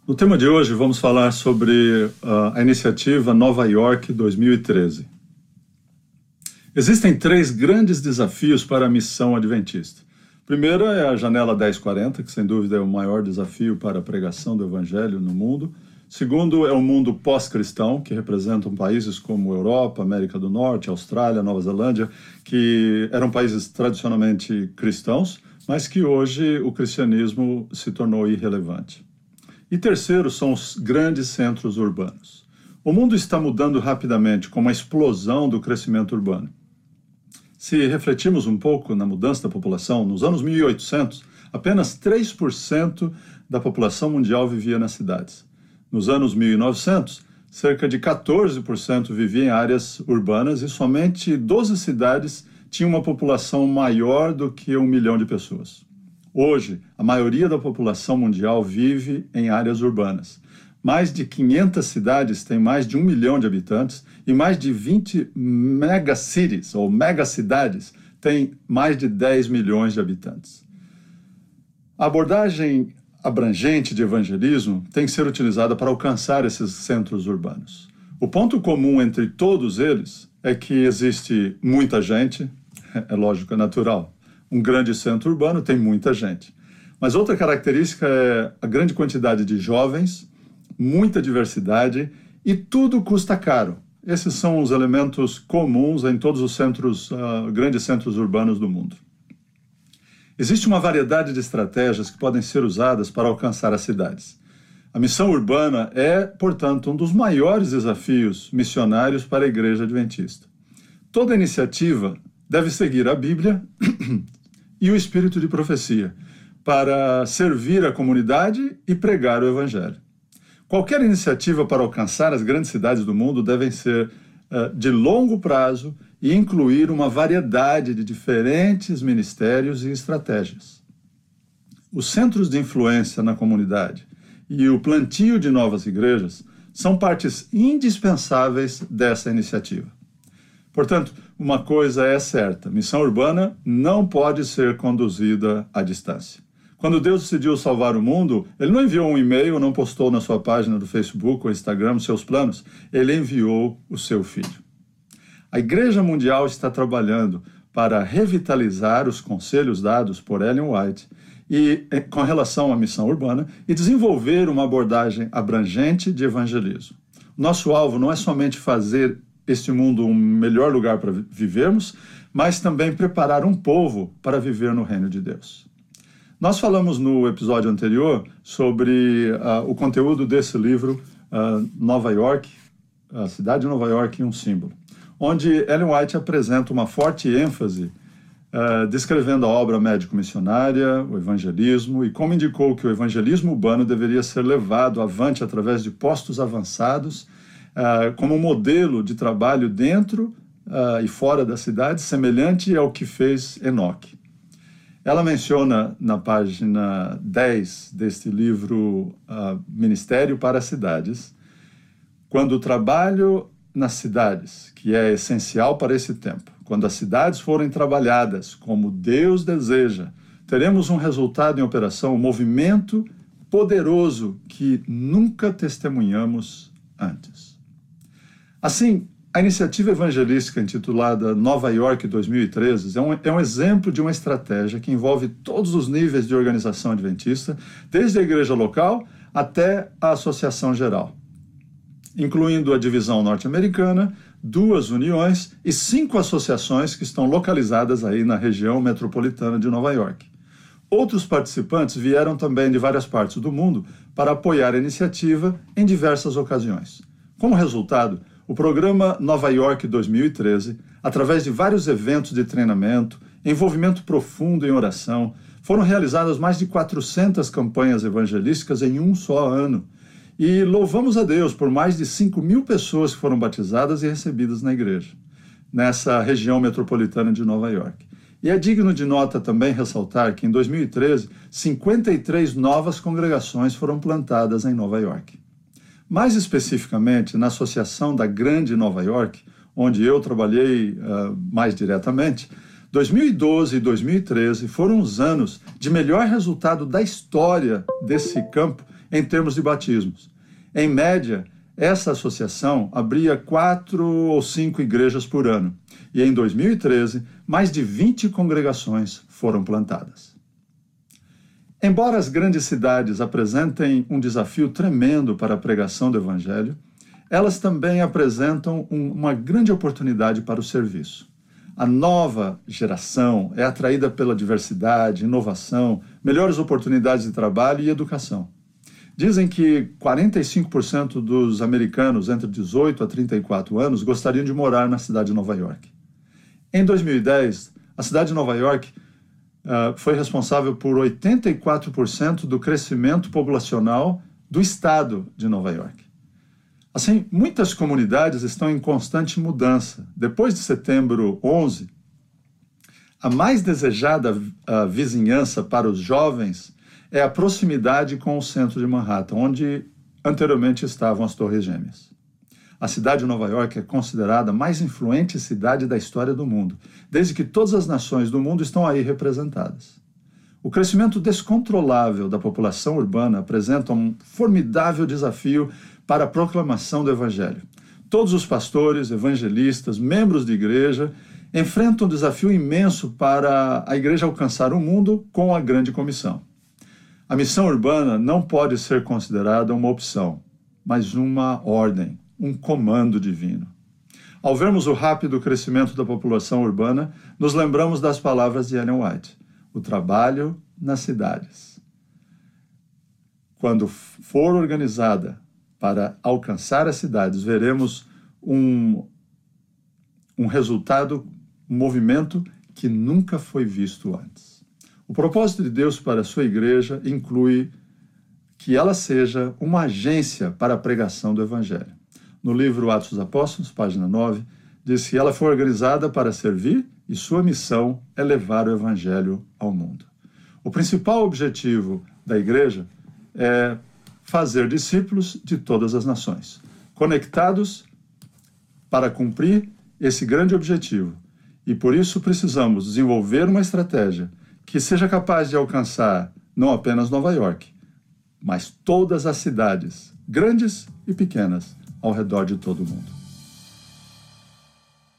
No tema de hoje, vamos falar sobre a iniciativa Nova York 2013. Existem 3 grandes desafios para a missão adventista. Primeiro é a janela 1040, que sem dúvida é o maior desafio para a pregação do evangelho no mundo. Segundo é o mundo pós-cristão, que representam países como Europa, América do Norte, Austrália, Nova Zelândia, que eram países tradicionalmente cristãos, mas que hoje o cristianismo se tornou irrelevante. E terceiro são os grandes centros urbanos. O mundo está mudando rapidamente com uma explosão do crescimento urbano. Se refletirmos um pouco na mudança da população, nos anos 1800, apenas 3% da população mundial vivia nas cidades. Nos anos 1900, cerca de 14% vivia em áreas urbanas e somente 12 cidades tinham uma população maior do que 1 milhão de pessoas. Hoje, a maioria da população mundial vive em áreas urbanas. Mais de 500 cidades têm mais de 1 milhão de habitantes e mais de 20 megacities, ou megacidades, têm mais de 10 milhões de habitantes. A abordagem abrangente de evangelismo tem que ser utilizada para alcançar esses centros urbanos. O ponto comum entre todos eles é que existe muita gente, é lógico, é natural. Um grande centro urbano tem muita gente. Mas outra característica é a grande quantidade de jovens, muita diversidade e tudo custa caro. Esses são os elementos comuns em todos os grandes centros urbanos do mundo. Existe uma variedade de estratégias que podem ser usadas para alcançar as cidades. A missão urbana é, portanto, um dos maiores desafios missionários para a Igreja Adventista. Toda iniciativa deve seguir a Bíblia e o espírito de profecia para servir a comunidade e pregar o Evangelho. Qualquer iniciativa para alcançar as grandes cidades do mundo deve ser de longo prazo e incluir uma variedade de diferentes ministérios e estratégias. Os centros de influência na comunidade e o plantio de novas igrejas são partes indispensáveis dessa iniciativa. Portanto, uma coisa é certa, missão urbana não pode ser conduzida à distância. Quando Deus decidiu salvar o mundo, Ele não enviou um e-mail, não postou na sua página do Facebook ou Instagram os seus planos, Ele enviou o seu Filho. A Igreja Mundial está trabalhando para revitalizar os conselhos dados por Ellen White com relação à missão urbana e desenvolver uma abordagem abrangente de evangelismo. Nosso alvo não é somente fazer este mundo um melhor lugar para vivermos, mas também preparar um povo para viver no reino de Deus. Nós falamos no episódio anterior sobre o conteúdo desse livro, Nova York, a cidade de Nova York e um símbolo, onde Ellen White apresenta uma forte ênfase descrevendo a obra médico-missionária, o evangelismo, e como indicou que o evangelismo urbano deveria ser levado avante através de postos avançados, como modelo de trabalho dentro e fora da cidade, semelhante ao que fez Enoque. Ela menciona na página 10 deste livro, Ministério para as Cidades, quando o trabalho nas cidades, que é essencial para esse tempo, quando as cidades forem trabalhadas como Deus deseja, teremos um resultado em operação, um movimento poderoso que nunca testemunhamos antes. Assim, a iniciativa evangelística intitulada Nova York 2013 é um exemplo de uma estratégia que envolve todos os níveis de organização adventista, desde a igreja local até a associação geral, incluindo a divisão norte-americana, 2 uniões e 5 associações que estão localizadas aí na região metropolitana de Nova York. Outros participantes vieram também de várias partes do mundo para apoiar a iniciativa em diversas ocasiões. Como resultado, o programa Nova York 2013, através de vários eventos de treinamento, envolvimento profundo em oração, foram realizadas mais de 400 campanhas evangelísticas em um só ano. E louvamos a Deus por mais de 5.000 pessoas que foram batizadas e recebidas na igreja, nessa região metropolitana de Nova York. E é digno de nota também ressaltar que em 2013, 53 novas congregações foram plantadas em Nova York. Mais especificamente, na Associação da Grande Nova York, onde eu trabalhei mais diretamente, 2012 e 2013 foram os anos de melhor resultado da história desse campo em termos de batismos. Em média, essa associação abria 4 ou 5 igrejas por ano. E em 2013, mais de 20 congregações foram plantadas. Embora as grandes cidades apresentem um desafio tremendo para a pregação do Evangelho, elas também apresentam uma grande oportunidade para o serviço. A nova geração é atraída pela diversidade, inovação, melhores oportunidades de trabalho e educação. Dizem que 45% dos americanos entre 18 a 34 anos gostariam de morar na cidade de Nova York. Em 2010, a cidade de Nova York foi responsável por 84% do crescimento populacional do estado de Nova York. Assim, muitas comunidades estão em constante mudança. Depois de setembro 11, a mais desejada vizinhança para os jovens é a proximidade com o centro de Manhattan, onde anteriormente estavam as Torres Gêmeas. A cidade de Nova York é considerada a mais influente cidade da história do mundo, desde que todas as nações do mundo estão aí representadas. O crescimento descontrolável da população urbana apresenta um formidável desafio para a proclamação do Evangelho. Todos os pastores, evangelistas, membros de igreja enfrentam um desafio imenso para a igreja alcançar o mundo com a grande comissão. A missão urbana não pode ser considerada uma opção, mas uma ordem, um comando divino. Ao vermos o rápido crescimento da população urbana, nos lembramos das palavras de Ellen White: o trabalho nas cidades. Quando for organizada para alcançar as cidades, veremos um resultado, um movimento que nunca foi visto antes. O propósito de Deus para a sua igreja inclui que ela seja uma agência para a pregação do Evangelho. No livro Atos dos Apóstolos, página 9, diz que ela foi organizada para servir e sua missão é levar o Evangelho ao mundo. O principal objetivo da igreja é fazer discípulos de todas as nações, conectados para cumprir esse grande objetivo. E por isso precisamos desenvolver uma estratégia que seja capaz de alcançar não apenas Nova York, mas todas as cidades, grandes e pequenas, ao redor de todo o mundo.